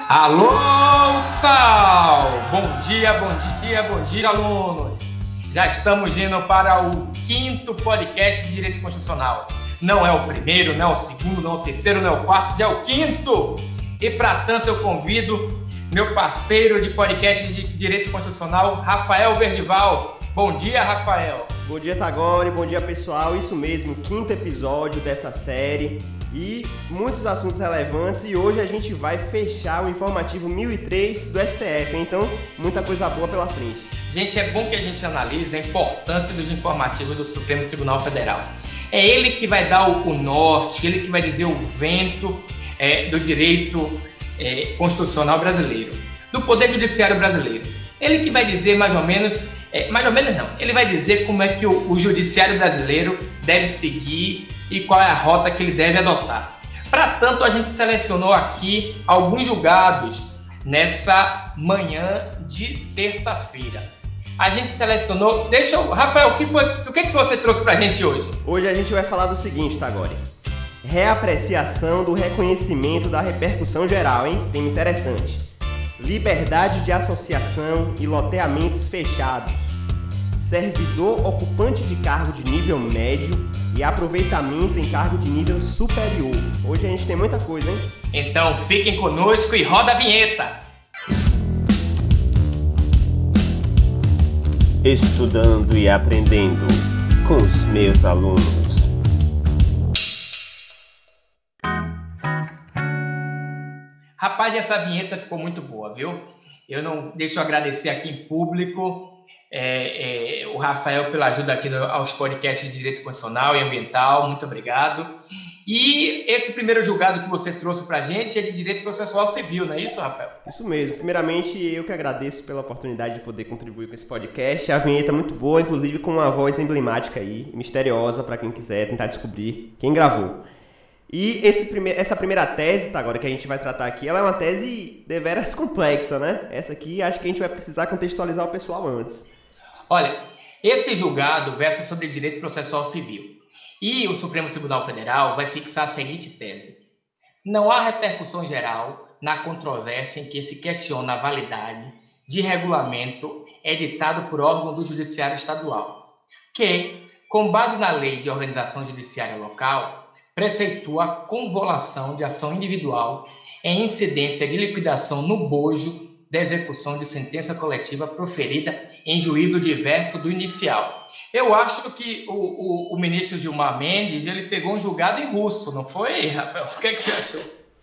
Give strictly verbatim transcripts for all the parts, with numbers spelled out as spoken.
Alô, pessoal! Bom dia, bom dia, bom dia, alunos! Já estamos indo para o quinto podcast de Direito Constitucional. Não é o primeiro, não é o segundo, não é o terceiro, não é o quarto, já é o quinto! E para tanto eu convido meu parceiro de podcast de Direito Constitucional, Rafael Verdival. Bom dia, Rafael! Bom dia, Tagore, bom dia, pessoal. Isso mesmo, quinto episódio dessa série e muitos assuntos relevantes, e hoje a gente vai fechar o informativo mil e três do S T F, então muita coisa boa pela frente. Gente, é bom que a gente analise a importância dos informativos do Supremo Tribunal Federal. É ele que vai dar o, o norte, ele que vai dizer o vento é, do direito é, constitucional brasileiro, do Poder Judiciário brasileiro. Ele que vai dizer mais ou menos, é, mais ou menos não, ele vai dizer como é que o, o Judiciário brasileiro deve seguir e qual é a rota que ele deve adotar. Para tanto, a gente selecionou aqui alguns julgados nessa manhã de terça-feira. A gente selecionou... Deixa eu... Rafael, o que, foi, o que, que você trouxe para a gente hoje? Hoje a gente vai falar do seguinte, Tagore. Reapreciação do reconhecimento da repercussão geral, hein? Tema interessante. Liberdade de associação e loteamentos fechados. Servidor ocupante de cargo de nível médio e aproveitamento em cargo de nível superior. Hoje a gente tem muita coisa, hein? Então fiquem conosco e roda a vinheta! Estudando e aprendendo com os meus alunos. Rapaz, essa vinheta ficou muito boa, viu? Eu não deixo eu agradecer aqui em público É, é, o Rafael pela ajuda aqui no, aos podcasts de Direito Constitucional e Ambiental, muito obrigado. E esse primeiro julgado que você trouxe para a gente é de Direito Processual Civil, não é isso, Rafael? Isso mesmo. Primeiramente, eu que agradeço pela oportunidade de poder contribuir com esse podcast. A vinheta é muito boa, inclusive com uma voz emblemática aí, misteriosa, para quem quiser tentar descobrir quem gravou. E esse prime- essa primeira tese, tá, agora que a gente vai tratar aqui, ela é uma tese deveras complexa, né? Essa aqui acho que a gente vai precisar contextualizar o pessoal antes. Olha, esse julgado versa sobre direito processual civil e o Supremo Tribunal Federal vai fixar a seguinte tese: não há repercussão geral na controvérsia em que se questiona a validade de regulamento editado por órgão do Judiciário Estadual, que, com base na Lei de Organização Judiciária Local, preceitua a convolução de ação individual em incidência de liquidação no bojo da execução de sentença coletiva proferida em juízo diverso do inicial. Eu acho que o, o, o ministro Gilmar Mendes, ele pegou um julgado em russo, não foi, Rafael? O que é que você achou?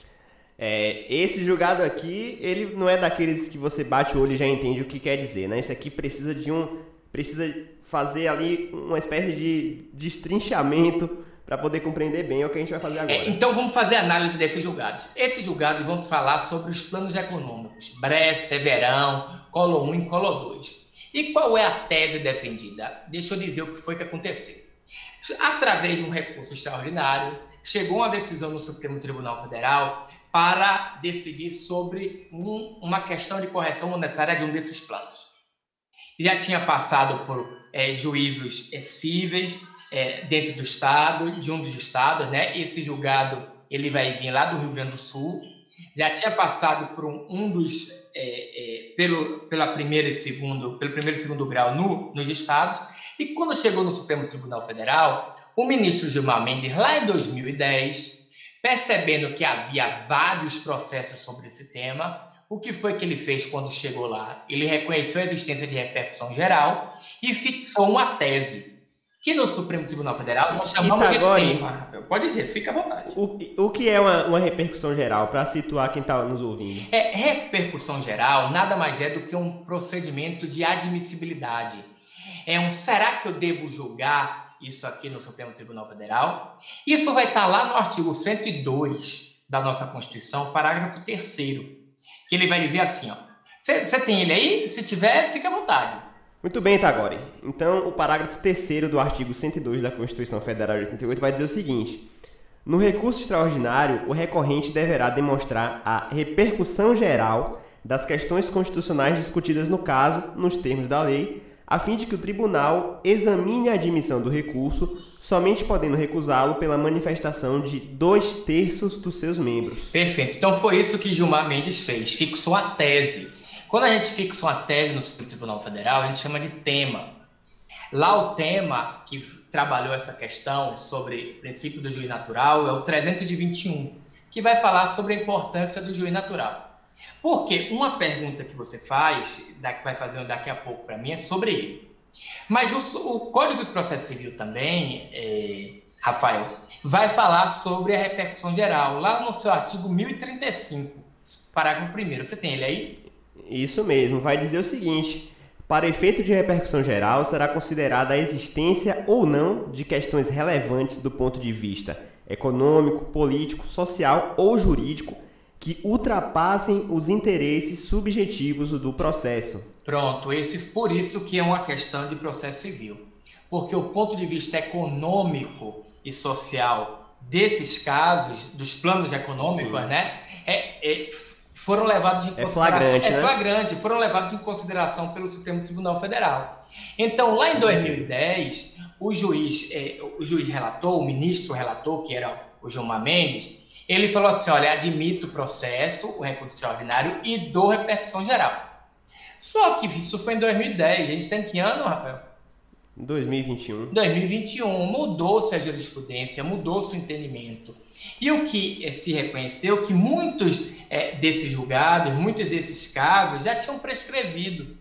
É, esse julgado aqui, ele não é daqueles que você bate o olho e já entende o que quer dizer, né? Esse aqui precisa de um... precisa fazer ali uma espécie de destrinchamento para poder compreender bem o que a gente vai fazer agora. É, então vamos fazer análise desses julgados. Esses julgados vão falar sobre os planos econômicos, Brest, Severão, Colo um e Colo dois. E qual é a tese defendida? Deixa eu dizer o que foi que aconteceu. Através de um recurso extraordinário, chegou uma decisão no Supremo Tribunal Federal para decidir sobre um, uma questão de correção monetária de um desses planos. Já tinha passado por é, juízos é, cíveis, É, dentro do estado, de um dos estados, né? Esse julgado ele vai vir lá do Rio Grande do Sul, já tinha passado por um, um dos é, é, pelo pela primeira e segundo pelo primeiro e segundo grau no, nos estados, e quando chegou no Supremo Tribunal Federal, o ministro Gilmar Mendes, lá em dois mil e dez, percebendo que havia vários processos sobre esse tema, o que foi que ele fez quando chegou lá? Ele reconheceu a existência de repercussão geral e fixou uma tese que no Supremo Tribunal Federal nós chamamos de tema, Rafael. Pode dizer, fica à vontade. O, o que é uma, uma repercussão geral, para situar quem está nos ouvindo? É, repercussão geral nada mais é do que um procedimento de admissibilidade. É um, será que eu devo julgar isso aqui no Supremo Tribunal Federal? Isso vai estar lá no artigo cento e dois da nossa Constituição, parágrafo terceiro, que ele vai dizer assim, ó. Você tem ele aí? Se tiver, fica à vontade. Muito bem, Tagore. Então, o parágrafo terceiro do artigo cento e dois da Constituição Federal de oitenta e oito vai dizer o seguinte: no recurso extraordinário, o recorrente deverá demonstrar a repercussão geral das questões constitucionais discutidas no caso, nos termos da lei, a fim de que o tribunal examine a admissão do recurso, somente podendo recusá-lo pela manifestação de dois terços dos seus membros. Perfeito. Então foi isso que Gilmar Mendes fez, fixou a tese. Quando a gente fixa uma tese no Supremo Tribunal Federal, a gente chama de tema. Lá o tema que trabalhou essa questão sobre o princípio do juiz natural é o trezentos e vinte e um, que vai falar sobre a importância do juiz natural. Porque uma pergunta que você faz, que vai fazer daqui a pouco para mim, é sobre ele. Mas o, o Código de Processo Civil também, é, Rafael, vai falar sobre a repercussão geral, lá no seu artigo mil e trinta e cinco, parágrafo primeiro. Você tem ele aí? Isso mesmo, vai dizer o seguinte: para efeito de repercussão geral, será considerada a existência ou não de questões relevantes do ponto de vista econômico, político, social ou jurídico que ultrapassem os interesses subjetivos do processo. Pronto, esse, por isso que é uma questão de processo civil. Porque o ponto de vista econômico e social desses casos, dos planos econômicos, né, é, é, foram levados em consideração. É flagrante, é né? flagrante, foram levados em consideração pelo Supremo Tribunal Federal. Então, lá em dois mil e dez, o juiz, é, o juiz relator, o ministro relator, que era o Gilmar Mendes, ele falou assim: olha, admito o processo, o recurso extraordinário e dou repercussão geral. Só que isso foi em dois mil e dez. A gente está em que ano, Rafael? dois mil e vinte e um. dois mil e vinte e um. Mudou-se a jurisprudência, mudou-se o entendimento. E o que eh, se reconheceu que muitos eh, desses julgados, muitos desses casos já tinham prescrevido.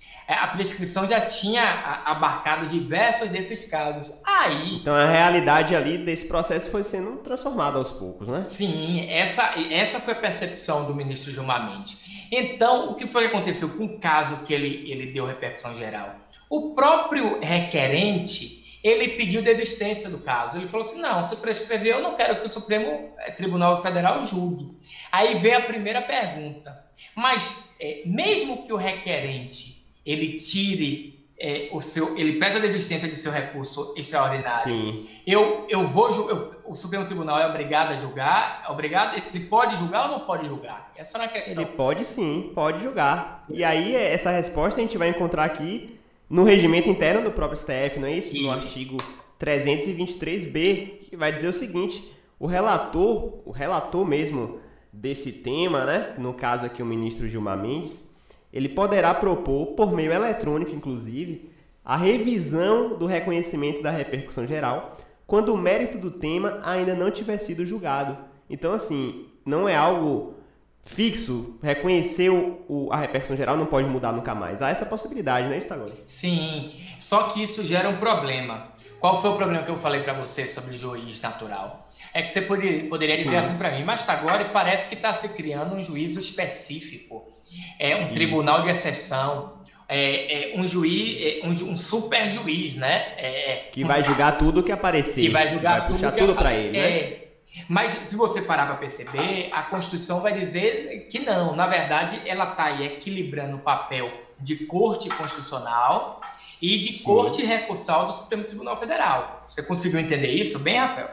A prescrição já tinha abarcado diversos desses casos. Aí, então a realidade ali desse processo foi sendo transformada aos poucos, né? Sim, essa, essa foi a percepção do ministro Gilmar Mendes. Então, o que foi que aconteceu com o caso que ele, ele deu repercussão geral? O próprio requerente, ele pediu desistência do caso. Ele falou assim: não, se prescreveu, eu não quero que o Supremo Tribunal Federal julgue. Aí vem a primeira pergunta. Mas, é, mesmo que o requerente ele tire é, o seu, ele peça a desistência de seu recurso extraordinário. Sim. Eu, eu vou, eu, o Supremo Tribunal é obrigado a julgar, é obrigado, ele pode julgar ou não pode julgar? Essa não é a questão. Ele pode sim, pode julgar. E aí essa resposta a gente vai encontrar aqui no regimento interno do próprio S T F, não é isso? No artigo trezentos e vinte e três B, que vai dizer o seguinte: o relator, o relator mesmo desse tema, né? No caso aqui o ministro Gilmar Mendes, ele poderá propor, por meio eletrônico inclusive, a revisão do reconhecimento da repercussão geral quando o mérito do tema ainda não tiver sido julgado. Então, assim, não é algo fixo, reconhecer o, o, a repercussão geral não pode mudar nunca mais. Há essa possibilidade, né, Stagoni? Sim, só que isso gera um problema. Qual foi o problema que eu falei para você sobre o juiz natural? É que você poderia, poderia dizer assim para mim: mas agora parece que está se criando um juízo específico. É um Isso. tribunal de exceção, é, é um juiz, é um, um super juiz, né? É, que vai julgar tudo que aparecer. Que vai julgar que vai puxar tudo, tudo para ele, é. né? Mas se você parar para perceber, a Constituição vai dizer que não. Na verdade, ela está aí equilibrando o papel de corte constitucional e de Sim. corte recursal do Supremo Tribunal Federal. Você conseguiu entender isso bem, Rafael?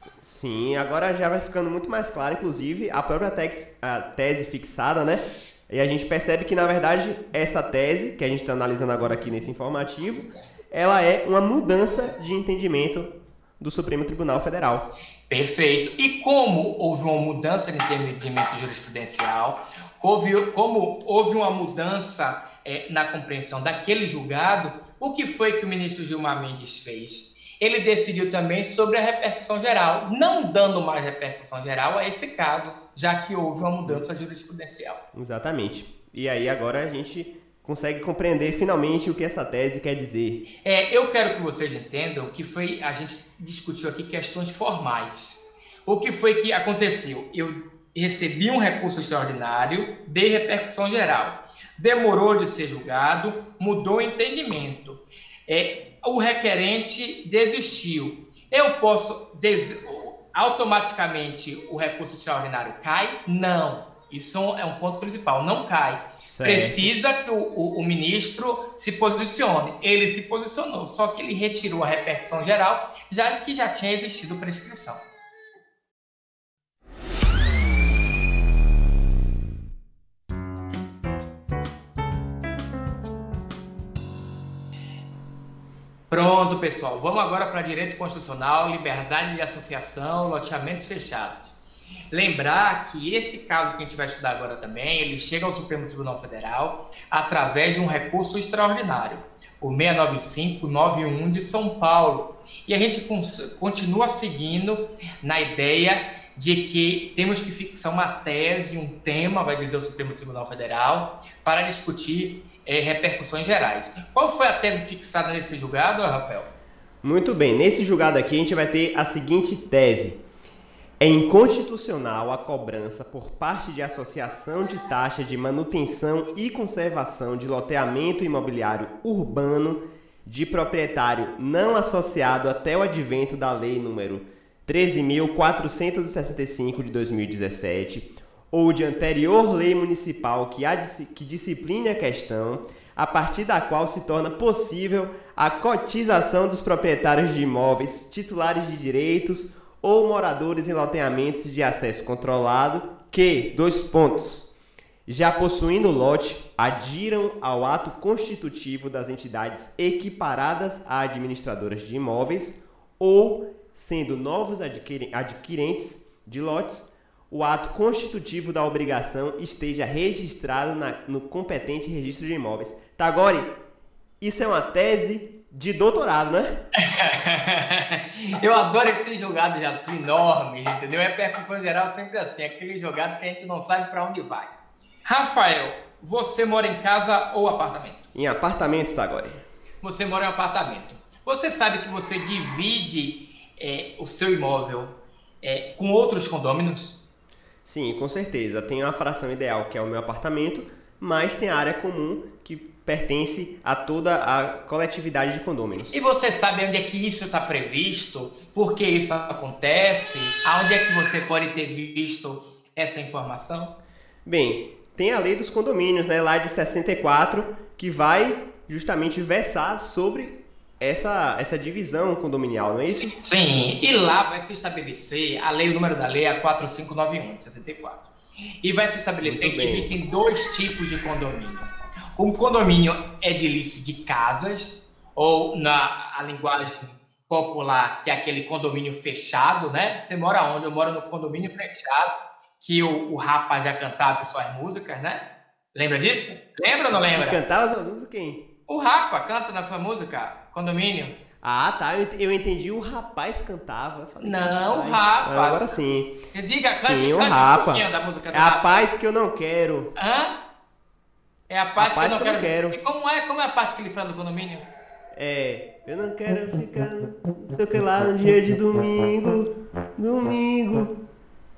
Sim, agora já vai ficando muito mais claro, inclusive, a própria tex, a tese fixada, né? E a gente percebe que, na verdade, essa tese, que a gente está analisando agora aqui nesse informativo, ela é uma mudança de entendimento do Supremo Tribunal Federal. Perfeito. E como houve uma mudança de entendimento jurisprudencial, houve, como houve uma mudança é, na compreensão daquele julgado, o que foi que o ministro Gilmar Mendes fez? Ele decidiu também sobre a repercussão geral, não dando mais repercussão geral a esse caso, já que houve uma mudança jurisprudencial. Exatamente. E aí agora a gente consegue compreender finalmente o que essa tese quer dizer. É, eu quero que vocês entendam que foi, a gente discutiu aqui questões formais. O que foi que aconteceu? Eu recebi um recurso extraordinário, dei repercussão geral. Demorou de ser julgado, mudou o entendimento. É, o requerente desistiu. Eu posso... Des... Automaticamente o recurso extraordinário cai? Não. Isso é um ponto principal. Não cai. Certo. Precisa que o, o, o ministro se posicione. Ele se posicionou, só que ele retirou a repercussão geral, já que já tinha existido prescrição. Pronto, pessoal. Vamos agora para direito constitucional, liberdade de associação, loteamentos fechados. Lembrar que esse caso que a gente vai estudar agora também, ele chega ao Supremo Tribunal Federal através de um recurso extraordinário, o seiscentos e noventa e cinco noventa e um de São Paulo. E a gente continua seguindo na ideia de que temos que fixar uma tese, um tema, vai dizer o Supremo Tribunal Federal, para discutir é, repercussões gerais. Qual foi a tese fixada nesse julgado, Rafael? Muito bem, nesse julgado aqui a gente vai ter a seguinte tese. É inconstitucional a cobrança por parte de associação de taxa de manutenção e conservação de loteamento imobiliário urbano de proprietário não associado até o advento da Lei número treze mil quatrocentos e sessenta e cinco de dois mil e dezessete ou de anterior lei municipal que, a, que discipline a questão, a partir da qual se torna possível a cotização dos proprietários de imóveis, titulares de direitos ou moradores em loteamentos de acesso controlado que, dois pontos, já possuindo lote, adiram ao ato constitutivo das entidades equiparadas a administradoras de imóveis ou, sendo novos adquir- adquirentes de lotes, o ato constitutivo da obrigação esteja registrado na, no competente registro de imóveis. Tagore, isso é uma tese de doutorado, né? Eu adoro esses jogados assim enormes, entendeu? É repercussão geral sempre assim, aqueles jogados que a gente não sabe para onde vai. Rafael, você mora em casa ou apartamento? Em apartamento, Tagore. Você mora em apartamento. Você sabe que você divide é, o seu imóvel é, com outros condôminos? Sim, com certeza. Tem uma fração ideal, que é o meu apartamento, mas tem a área comum, que pertence a toda a coletividade de condôminos. E você sabe onde é que isso está previsto? Por que isso acontece? Aonde é que você pode ter visto essa informação? Bem, tem a lei dos condomínios, né, lá de sessenta e quatro, que vai justamente versar sobre essa, essa divisão condominial, não é isso? Sim, e lá vai se estabelecer, a lei, o número da lei é a quatro mil quinhentos e noventa e um, de sessenta e quatro. E vai se estabelecer Muito que bem. existem dois tipos de condomínio. Um condomínio edilício de casas, ou na a linguagem popular, que é aquele condomínio fechado, né? Você mora onde? Eu moro no condomínio fechado, que o, o Rapa já cantava suas músicas, né? Lembra disso? Lembra ou não lembra? Que cantava sua música quem? O Rapa canta na sua música, condomínio. Ah, tá. Eu, eu entendi o rapaz cantava. Eu falei, Não, o rapaz. Rapa. Agora sim. Diga, cante, Sim, o cante um Rapa. pouquinho da música do É a Rapa. paz que eu não quero. Hã? É a parte A paz que, eu não, que eu não quero... quero. E como é, como é a parte que ele fala do condomínio? É, eu não quero ficar, não sei o que lá, no dia de domingo, domingo.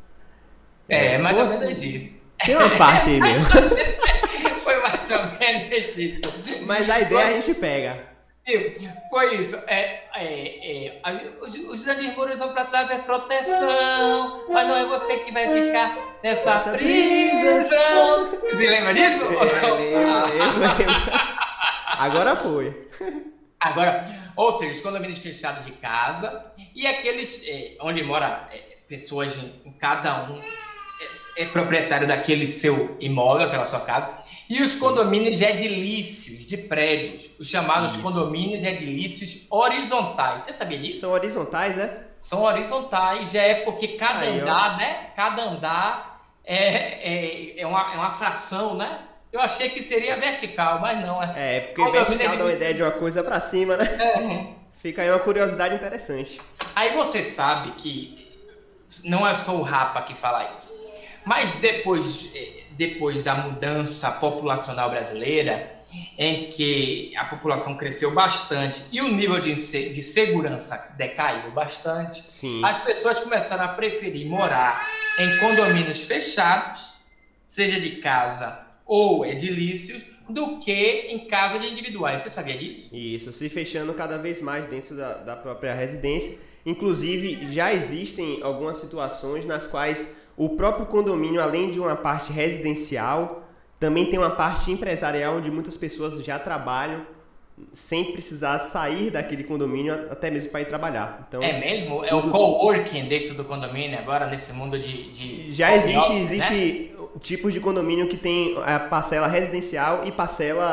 É, mais Pô, ou menos isso. Tem uma parte aí mesmo. Foi mais ou menos isso. Mas a ideia a gente pega. Foi isso. É, é, é, a- os, os grandes muros vão para trás, é proteção, mas não é você que vai ficar nessa Essa prisão. Você lembra disso? É, lembro, lembro, lembro. Agora foi. Agora, ou seja, os condomínios fechados de casa e aqueles é, onde mora é, pessoas em, em cada um é, é proprietário daquele seu imóvel, aquela sua casa, e os condomínios edilícios de prédios, os chamados Isso. condomínios edilícios horizontais. Você sabia disso? São horizontais, é? São horizontais, já é porque cada Aí, ó. andar, né? Cada andar é, é, é, uma, é uma fração, né? Eu achei que seria vertical, mas não. É, É, porque Condomínio vertical dá uma edilício. ideia de uma coisa pra cima, né? é. Fica aí uma curiosidade interessante. Aí você sabe que não é só o Rapa que fala isso, mas depois, eh, depois da mudança populacional brasileira, em que a população cresceu bastante e o nível de, inse- de segurança decaiu bastante, Sim. as pessoas começaram a preferir morar em condomínios fechados, seja de casa ou edilícios, do que em casas individuais. Você sabia disso? Isso, se fechando cada vez mais dentro da, da própria residência. Inclusive, já existem algumas situações nas quais o próprio condomínio, além de uma parte residencial, também tem uma parte empresarial onde muitas pessoas já trabalham sem precisar sair daquele condomínio até mesmo para ir trabalhar. Então, É mesmo? É tudo- o coworking dentro do condomínio agora, nesse mundo de... de já home existe, office, né? existe tipos de condomínio que tem a parcela residencial e parcela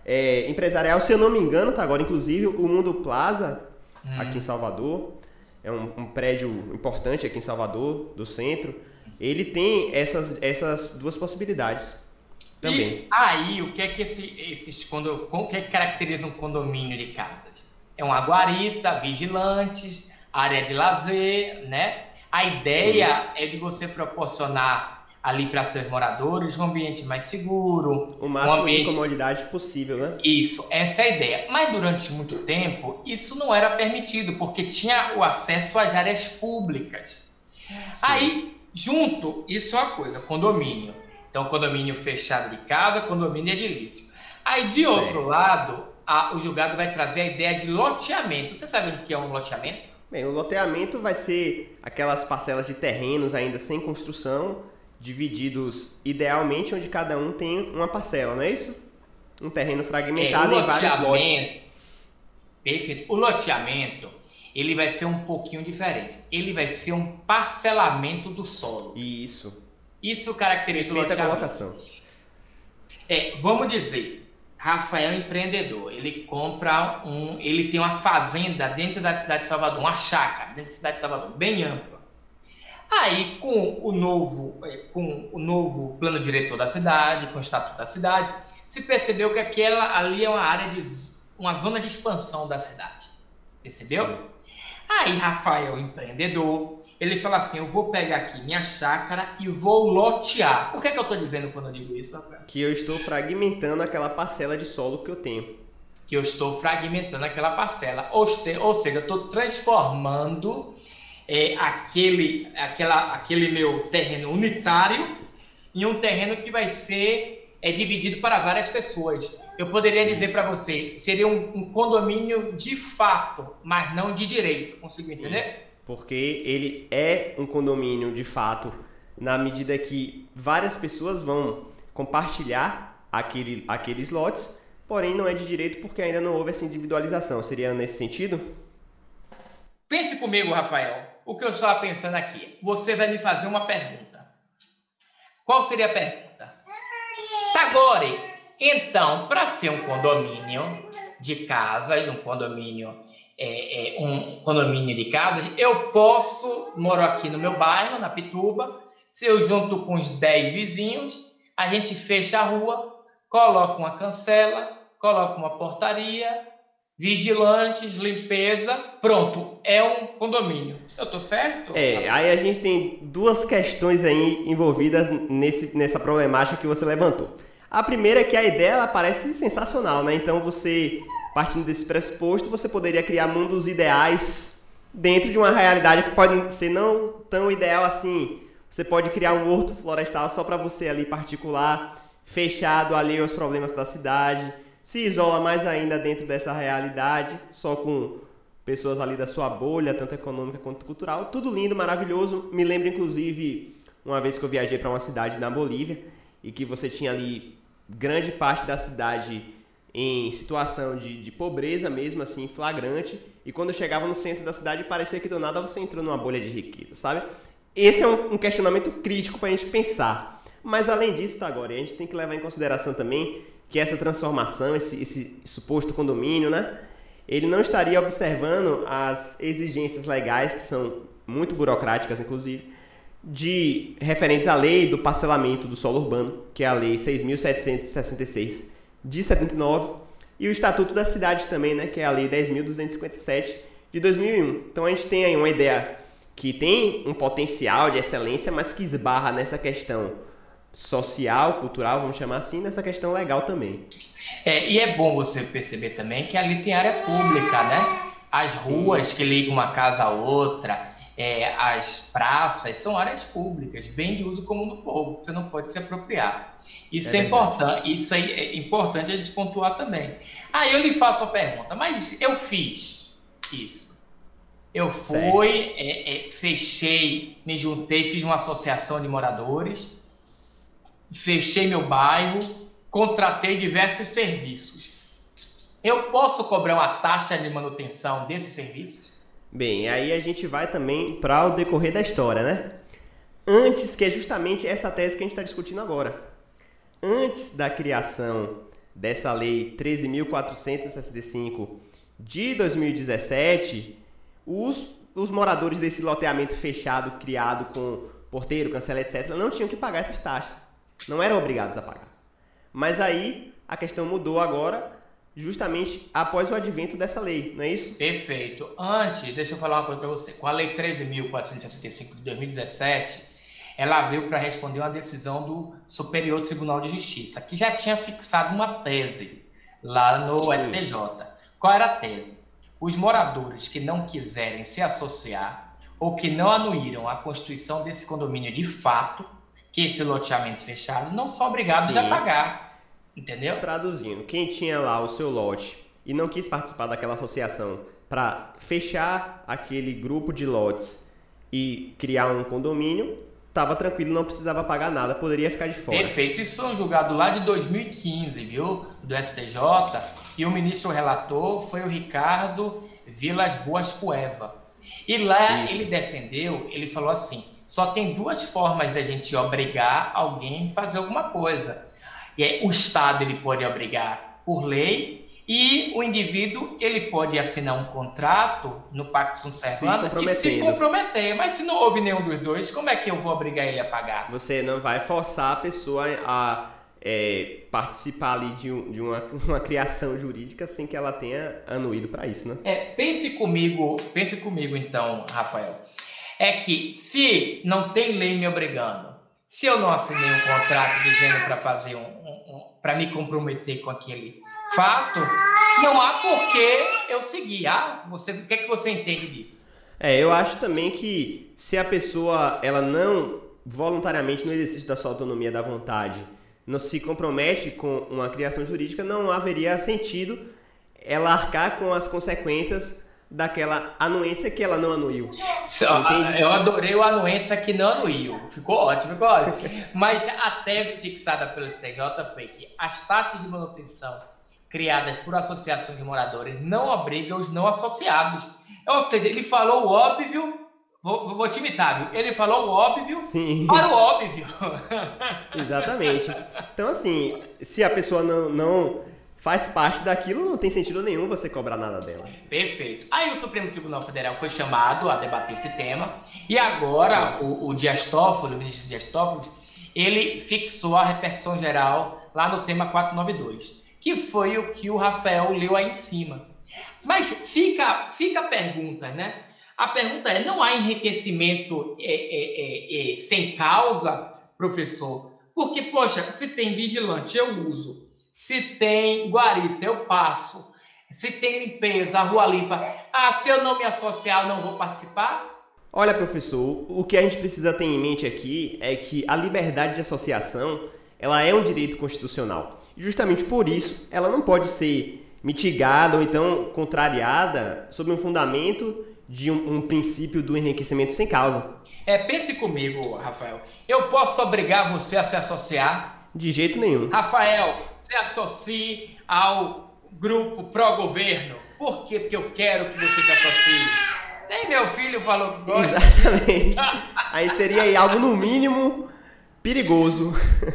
é, empresarial, se eu não me engano, tá agora, inclusive, o Mundo Plaza, hum. aqui em Salvador, é um, um prédio importante aqui em Salvador, do centro, ele tem essas, essas duas possibilidades também. E aí, o que é que esse, esses condo, o que é que caracteriza um condomínio de casas? É uma guarita, vigilantes, área de lazer, né? A ideia Sim. é de você proporcionar ali para seus moradores um ambiente mais seguro. O máximo um ambiente... de comodidade possível, né? Isso, essa é a ideia. Mas durante muito tempo, isso não era permitido, porque tinha o acesso às áreas públicas. Sim. Aí, junto, isso é uma coisa, condomínio. Então, condomínio fechado de casa, condomínio edilício. Aí, de outro Sim. lado, a, o julgado vai trazer a ideia de loteamento. Você sabe o que é um loteamento? Bem, o loteamento vai ser aquelas parcelas de terrenos ainda sem construção, divididos idealmente onde cada um tem uma parcela, não é isso? Um terreno fragmentado é, em vários lotes. Perfeito. O loteamento, ele vai ser um pouquinho diferente. Ele vai ser um parcelamento do solo. Isso. Isso caracteriza o loteamento. Colocação. É, vamos dizer, Rafael é um empreendedor, ele compra um, ele tem uma fazenda dentro da cidade de Salvador, uma chácara dentro da cidade de Salvador, bem ampla. Aí, com o novo, com o novo plano diretor da cidade, com o estatuto da cidade, se percebeu que aquela ali é uma área de, uma zona de expansão da cidade. Percebeu? Sim. Aí, Rafael, empreendedor, ele fala assim, eu vou pegar aqui minha chácara e vou lotear. O que é que eu estou dizendo quando eu digo isso, Rafael? Que eu estou fragmentando aquela parcela de solo que eu tenho. Que eu estou fragmentando aquela parcela. Ou, ou seja, eu estou transformando é, aquele, aquela, aquele meu terreno unitário em um terreno que vai ser é, dividido para várias pessoas. Eu poderia dizer para você, seria um, um condomínio de fato, mas não de direito. Consigo entender? Sim, porque ele é um condomínio de fato, na medida que várias pessoas vão compartilhar aquele, aqueles lotes, porém não é de direito porque ainda não houve essa individualização. Seria nesse sentido? Pense comigo, Rafael. O que eu estava pensando aqui. Você vai me fazer uma pergunta. Qual seria a pergunta? Tagore, então, para ser um condomínio de casas, um condomínio, é, é, um condomínio de casas, eu posso, moro aqui no meu bairro, na Pituba, se eu junto com os dez vizinhos, a gente fecha a rua, coloca uma cancela, coloca uma portaria, vigilantes, limpeza, pronto, é um condomínio. Eu tô certo? É, aí a gente tem duas questões aí envolvidas nesse, nessa problemática que você levantou. A primeira é que a ideia ela parece sensacional, né? Então você, partindo desse pressuposto, você poderia criar mundos ideais dentro de uma realidade que pode ser não tão ideal assim. Você pode criar um horto florestal só para você ali particular, fechado, alheio aos problemas da cidade, se isola mais ainda dentro dessa realidade, só com pessoas ali da sua bolha, tanto econômica quanto cultural. Tudo lindo, maravilhoso. Me lembro, inclusive, uma vez que eu viajei para uma cidade na Bolívia e que você tinha ali grande parte da cidade em situação de, de pobreza mesmo, assim, flagrante. E quando eu chegava no centro da cidade, parecia que do nada você entrou numa bolha de riqueza, sabe? Esse é um, um questionamento crítico para a gente pensar. Mas além disso, tá, agora, a gente tem que levar em consideração também que essa transformação, esse, esse suposto condomínio, né? Ele não estaria observando as exigências legais, que são muito burocráticas, inclusive, de referentes à lei do parcelamento do solo urbano, que é a lei seis mil setecentos e sessenta e seis de setenta e nove, e o Estatuto das Cidades também, né, que é a lei dez mil duzentos e cinquenta e sete de dois mil e um. Então a gente tem aí uma ideia que tem um potencial de excelência, mas que esbarra nessa questão social, cultural, vamos chamar assim, nessa questão legal também. É, e é bom você perceber também que ali tem área pública, né? As ruas Sim. que ligam uma casa a outra, é, as praças, são áreas públicas, bem de uso comum do povo, você não pode se apropriar. Isso é, é importante, isso aí é importante a gente pontuar também. Aí eu lhe faço a pergunta, mas eu fiz isso. Eu fui, é, é, fechei, me juntei, fiz uma associação de moradores, fechei meu bairro, contratei diversos serviços. Eu posso cobrar uma taxa de manutenção desses serviços? Bem, aí a gente vai também para o decorrer da história, né? Antes, que é justamente essa tese que a gente está discutindo agora. Antes da criação dessa lei treze mil quatrocentos e sessenta e cinco de dois mil e dezessete, os, os moradores desse loteamento fechado, criado com porteiro, cancela, etcétera, não tinham que pagar essas taxas. Não eram obrigados a pagar. Mas aí a questão mudou agora, justamente após o advento dessa lei, não é isso? Perfeito. Antes, deixa eu falar uma coisa para você. Com a lei treze mil quatrocentos e sessenta e cinco de dois mil e dezessete, ela veio para responder uma decisão do Superior Tribunal de Justiça, que já tinha fixado uma tese lá no Sim. S T J. Qual era a tese? Os moradores que não quiserem se associar ou que não anuíram a constituição desse condomínio de fato, que esse loteamento fechado, não são obrigados Sim. a pagar. Entendeu? Traduzindo, quem tinha lá o seu lote e não quis participar daquela associação para fechar aquele grupo de lotes e criar um condomínio, estava tranquilo, não precisava pagar nada, poderia ficar de fora. Perfeito. Isso foi um julgado lá de dois mil e quinze, viu? Do S T J. E o ministro relator foi o Ricardo Vilas Boas Cueva. E lá Isso. ele defendeu, ele falou assim, só tem duas formas da gente obrigar alguém a fazer alguma coisa. E é, o Estado ele pode obrigar por lei e o indivíduo ele pode assinar um contrato no Pacto Sunt Servanda e se comprometer. Mas se não houve nenhum dos dois, como é que eu vou obrigar ele a pagar? Você não vai forçar a pessoa a é, participar ali de, um, de uma, uma criação jurídica sem que ela tenha anuído para isso, né? É, pense comigo, pense comigo então, Rafael. É que se não tem lei me obrigando, se eu não assinei um contrato dizendo para fazer um, um, um para me comprometer com aquele fato, não há por que eu seguir. Ah, você, o que é que você entende disso? É, eu acho também que se a pessoa ela não voluntariamente no exercício da sua autonomia da vontade não se compromete com uma criação jurídica, não haveria sentido ela arcar com as consequências daquela anuência que ela não anuiu. Eu adorei o anuência que não anuiu. Ficou ótimo, ficou ótimo. Mas a tese fixada pelo S T J foi que as taxas de manutenção criadas por associações de moradores não obrigam os não associados. Ou seja, ele falou o óbvio, vou, vou te imitar, viu? Ele falou o óbvio Sim. para o óbvio. Exatamente. Então, assim, se a pessoa não... não faz parte daquilo, não tem sentido nenhum você cobrar nada dela. Perfeito. Aí o Supremo Tribunal Federal foi chamado a debater esse tema e agora o, o Dias Toffoli, o ministro Dias Toffoli, ele fixou a repercussão geral lá no tema quatrocentos e noventa e dois, que foi o que o Rafael leu aí em cima. Mas fica, fica a pergunta, né? A pergunta é, não há enriquecimento é, é, é, é, sem causa, professor? Porque, poxa, se tem vigilante, eu uso. Se tem guarita, eu passo. Se tem limpeza, a rua limpa. Ah, se eu não me associar, eu não vou participar? Olha, professor, o que a gente precisa ter em mente aqui é que a liberdade de associação, ela é um direito constitucional. E justamente por isso, ela não pode ser mitigada ou então contrariada sob um fundamento de um, um princípio do enriquecimento sem causa. É, pense comigo, Rafael. Eu posso obrigar você a se associar? De jeito nenhum. Rafael, se associe ao grupo pró-governo. Por quê? Porque eu quero que você se associe. Nem meu filho falou que gosta. Exatamente. A gente teria aí algo, no mínimo, perigoso.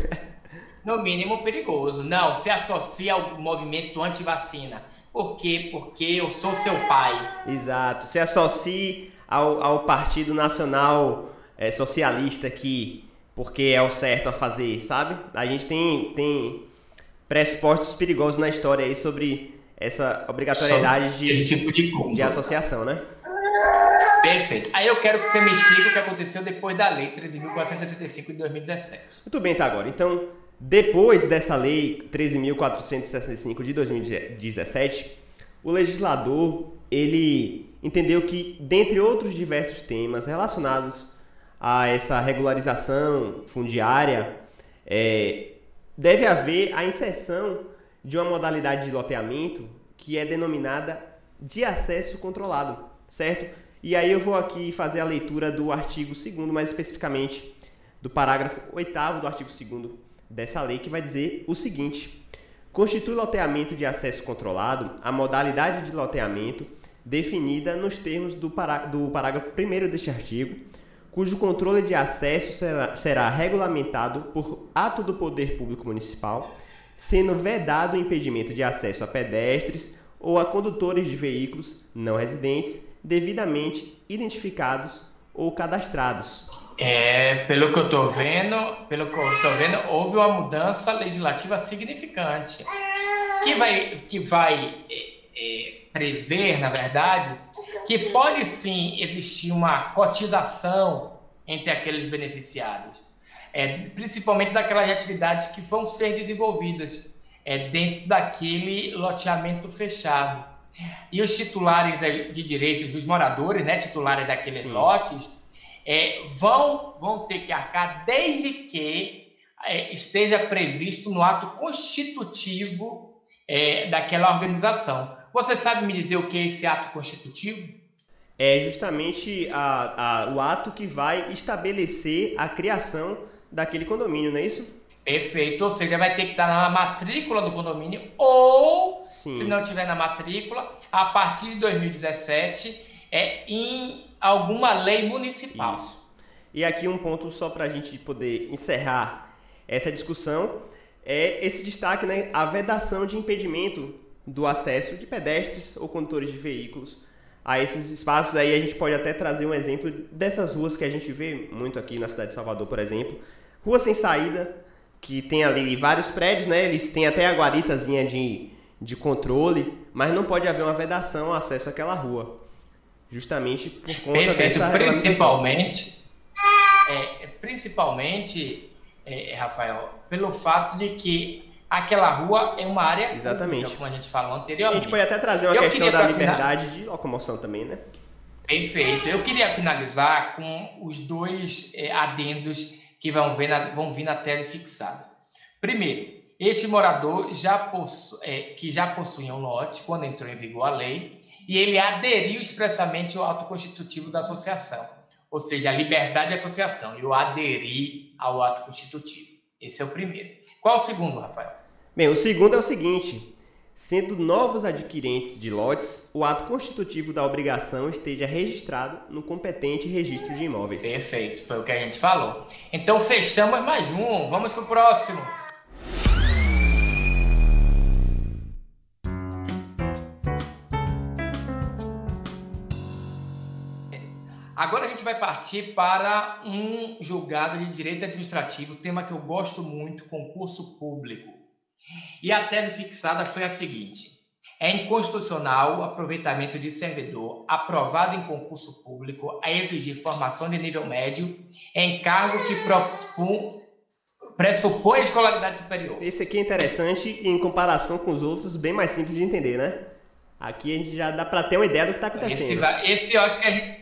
No mínimo, perigoso. Não, se associe ao movimento anti-vacina. Por quê? Porque eu sou seu pai. Exato. Se associe ao, ao Partido Nacional é, Socialista aqui. Porque é o certo a fazer, sabe? A gente tem, tem pressupostos perigosos na história aí sobre essa obrigatoriedade de, esse tipo de, de associação, né? Perfeito. Aí eu quero que você me explique o que aconteceu depois da Lei treze mil quatrocentos e sessenta e cinco de dois mil e dezessete. Muito bem, tá agora. Então, depois dessa Lei treze mil quatrocentos e sessenta e cinco de dois mil e dezessete, o legislador, ele entendeu que, dentre outros diversos temas relacionados a essa regularização fundiária, é, deve haver a inserção de uma modalidade de loteamento que é denominada de acesso controlado, certo? E aí eu vou aqui fazer a leitura do artigo segundo, mais especificamente do parágrafo oitavo do artigo segundo dessa lei, que vai dizer o seguinte: constitui loteamento de acesso controlado a modalidade de loteamento definida nos termos do, pará do parágrafo primeiro deste artigo, cujo controle de acesso será, será regulamentado por ato do Poder Público Municipal, sendo vedado o impedimento de acesso a pedestres ou a condutores de veículos não residentes devidamente identificados ou cadastrados. É, pelo que eu estou vendo, pelo que eu estou vendo, houve uma mudança legislativa significante que vai, que vai é, é, prever, na verdade, que pode sim existir uma cotização entre aqueles beneficiados, é, principalmente daquelas atividades que vão ser desenvolvidas é, dentro daquele loteamento fechado. E os titulares de, de direitos, os moradores, né, titulares daqueles sim. lotes, é, vão, vão ter que arcar desde que é, esteja previsto no ato constitutivo é, daquela organização. Você sabe me dizer o que é esse ato constitutivo? É justamente a, a, o ato que vai estabelecer a criação daquele condomínio, não é isso? Perfeito, ou seja, vai ter que estar na matrícula do condomínio ou, sim. se não tiver na matrícula, a partir de dois mil e dezessete, é em alguma lei municipal. Isso. E aqui um ponto só para a gente poder encerrar essa discussão é esse destaque, né, a vedação de impedimento do acesso de pedestres ou condutores de veículos a esses espaços. Aí a gente pode até trazer um exemplo dessas ruas que a gente vê muito aqui na cidade de Salvador, por exemplo. Rua sem saída, que tem ali vários prédios, né? Eles têm até a guaritazinha de, de controle, mas não pode haver uma vedação ao acesso àquela rua. Justamente por conta Perfeito. dessa Principalmente, é, principalmente é, Rafael, pelo fato de que aquela rua é uma área Exatamente. pública, como a gente falou anteriormente. A gente pode até trazer uma Eu questão da liberdade final... de locomoção também, né? Perfeito. Eu queria finalizar com os dois é, adendos que vão, ver na, vão vir na tese fixada. Primeiro, este morador já possu, é, que já possuía um lote quando entrou em vigor a lei e ele aderiu expressamente ao ato constitutivo da associação, ou seja, a liberdade de associação. Eu aderi ao ato constitutivo. Esse é o primeiro. Qual o segundo, Rafael? Bem, o segundo é o seguinte: sendo novos adquirentes de lotes, o ato constitutivo da obrigação esteja registrado no competente registro de imóveis. Perfeito, foi o que a gente falou. Então fechamos mais um, vamos para o próximo. Agora a gente vai partir para um julgado de direito administrativo, tema que eu gosto muito, concurso público. E a tese fixada foi a seguinte: é inconstitucional o aproveitamento de servidor aprovado em concurso público a exigir formação de nível médio em cargo que propõe, pressupõe escolaridade superior. Esse aqui é interessante e, em comparação com os outros, bem mais simples de entender, né? Aqui a gente já dá para ter uma ideia do que está acontecendo. Esse, vai, esse eu acho que a gente...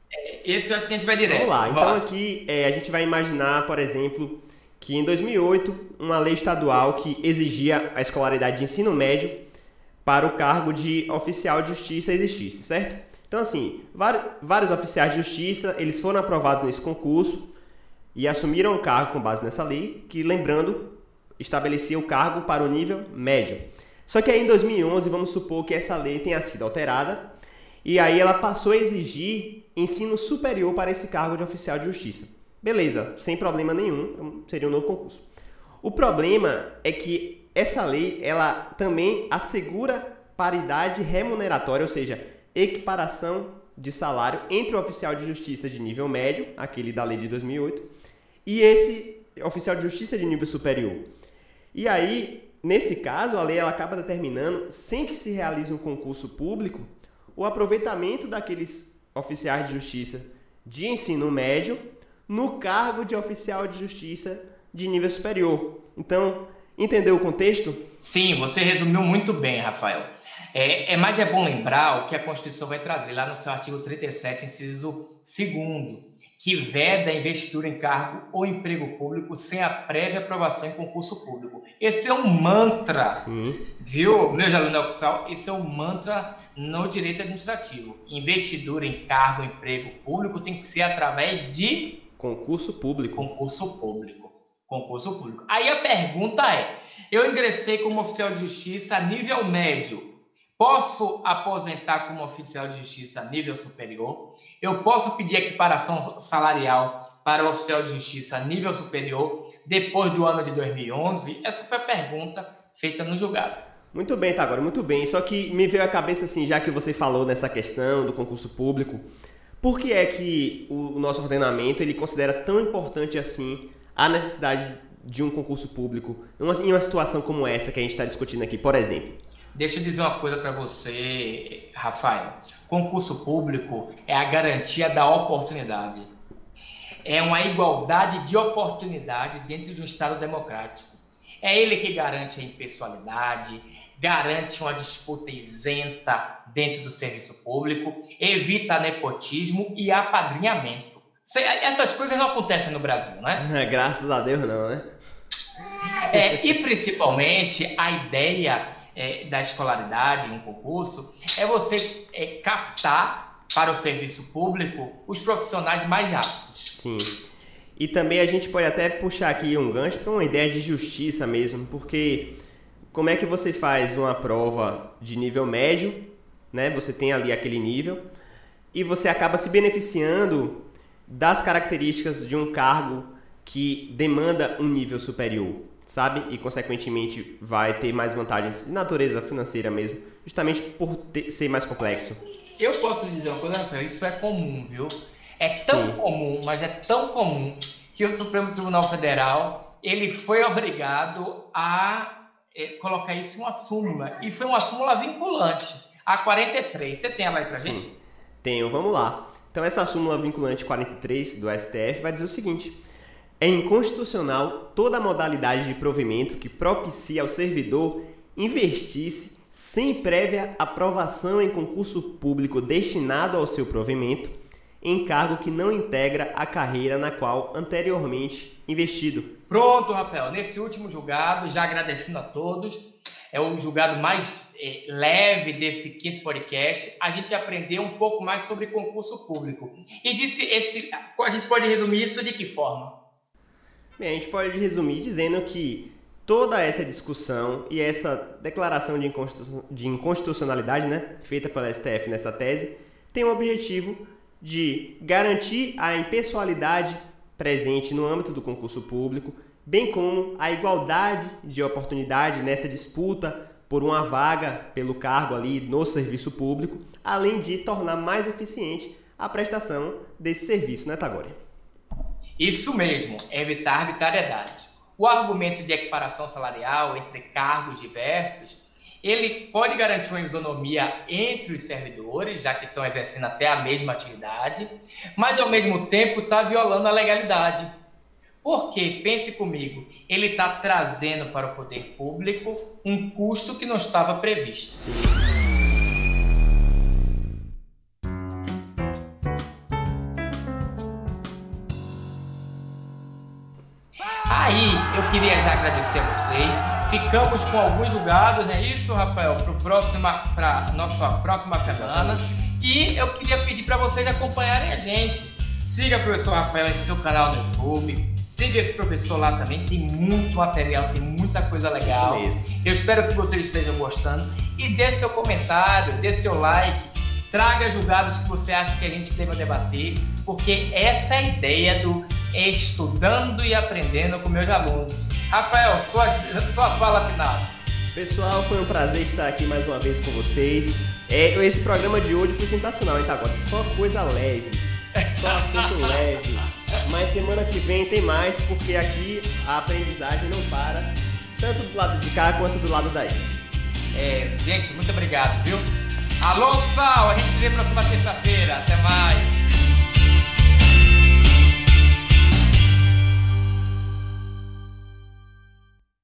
Esse eu acho que a gente vai direto. Vamos lá. Vai. Então aqui é, a gente vai imaginar, por exemplo, que em dois mil e oito, uma lei estadual que exigia a escolaridade de ensino médio para o cargo de oficial de justiça existisse, certo? Então assim, vários, vários oficiais de justiça, eles foram aprovados nesse concurso e assumiram o cargo com base nessa lei, que, lembrando, estabelecia o cargo para o nível médio. Só que aí em dois mil e onze, vamos supor que essa lei tenha sido alterada e aí ela passou a exigir ensino superior para esse cargo de oficial de justiça. Beleza, sem problema nenhum, seria um novo concurso. O problema é que essa lei, ela também assegura paridade remuneratória, ou seja, equiparação de salário entre o oficial de justiça de nível médio, aquele da lei de dois mil e oito, e esse oficial de justiça de nível superior. E aí, nesse caso, a lei ela acaba determinando, sem que se realize um concurso público, o aproveitamento daqueles oficiais de justiça de ensino médio no cargo de oficial de justiça de nível superior. Então, entendeu o contexto? Sim, você resumiu muito bem, Rafael. É, é, mas é bom lembrar o que a Constituição vai trazer lá no seu artigo trinta e sete, inciso segundo, que veda a investidura em cargo ou emprego público sem a prévia aprovação em concurso público. Esse é um mantra, Sim. Viu, meus alunos da Uxal? Esse é um mantra no direito administrativo. Investidura em cargo ou emprego público tem que ser através de concurso público. Concurso público. Concurso público. Aí a pergunta é: eu ingressei como oficial de justiça a nível médio. Posso aposentar como oficial de justiça a nível superior? Eu posso pedir equiparação salarial para o oficial de justiça a nível superior depois do ano de dois mil e onze? Essa foi a pergunta feita no julgado. Muito bem, Tagore, muito bem. Só que me veio à cabeça, assim, já que você falou nessa questão do concurso público, por que é que o nosso ordenamento ele considera tão importante assim a necessidade de um concurso público em uma situação como essa que a gente está discutindo aqui, por exemplo? Deixa eu dizer uma coisa para você, Rafael. Concurso público é a garantia da oportunidade. É uma igualdade de oportunidade dentro de um Estado democrático. É ele que garante a impessoalidade, garante uma disputa isenta dentro do serviço público, evita nepotismo e apadrinhamento. Essas coisas não acontecem no Brasil, né? Graças a Deus não, né? É, e principalmente a ideia é, da escolaridade em um concurso é você é, captar para o serviço público os profissionais mais aptos. Sim. E também a gente pode até puxar aqui um gancho para uma ideia de justiça mesmo, porque como é que você faz uma prova de nível médio, né? Você tem ali aquele nível e você acaba se beneficiando das características de um cargo que demanda um nível superior, sabe? E, consequentemente, vai ter mais vantagens de natureza financeira mesmo, justamente por ter, ser mais complexo. Eu posso dizer uma coisa, Rafael, isso é comum, viu? É tão Sim. comum, mas é tão comum que o Supremo Tribunal Federal ele foi obrigado a é, colocar isso em uma súmula. E foi uma súmula vinculante, a quarenta e três. Você tem ela aí pra Sim. gente? Tenho, vamos lá. Então, essa súmula vinculante quarenta e três do S T F vai dizer o seguinte: é inconstitucional toda modalidade de provimento que propicie ao servidor investir-se sem prévia aprovação em concurso público destinado ao seu provimento em cargo que não integra a carreira na qual anteriormente investido. Pronto, Rafael. Nesse último julgado, já agradecendo a todos, é o julgado mais é, leve desse quinto podcast. A gente aprendeu um pouco mais sobre concurso público. E disse esse, a gente pode resumir isso de que forma? Bem, a gente pode resumir dizendo que toda essa discussão e essa declaração de inconstitucionalidade, né, feita pela S T F nessa tese, tem o objetivo de garantir a impessoalidade presente no âmbito do concurso público, bem como a igualdade de oportunidade nessa disputa por uma vaga pelo cargo ali no serviço público, além de tornar mais eficiente a prestação desse serviço, né, Tagore? Isso mesmo, evitar arbitrariedade. O argumento de equiparação salarial entre cargos diversos, ele pode garantir uma isonomia entre os servidores, já que estão exercendo até a mesma atividade, mas ao mesmo tempo está violando a legalidade. Porque, pense comigo, ele está trazendo para o poder público um custo que não estava previsto. Aí, eu queria já agradecer a vocês. Ficamos com alguns julgados, não é isso, Rafael? Para a nossa próxima semana. E eu queria pedir para vocês acompanharem a gente. Siga o professor Rafael em seu canal no YouTube. Siga esse professor lá também. Tem muito material, tem muita coisa legal. Eu espero que vocês estejam gostando. E dê seu comentário, dê seu like. Traga julgados que você acha que a gente deva debater. Porque essa é a ideia do estudando e aprendendo com meus alunos. Rafael, sua, sua fala final. Pessoal, foi um prazer estar aqui mais uma vez com vocês. É, esse programa de hoje foi sensacional, hein, Tagore? Só coisa leve, só assunto leve. Mas semana que vem tem mais, porque aqui a aprendizagem não para, tanto do lado de cá quanto do lado daí. É, gente, muito obrigado, viu? Alô, pessoal, a gente se vê próxima terça-feira. Até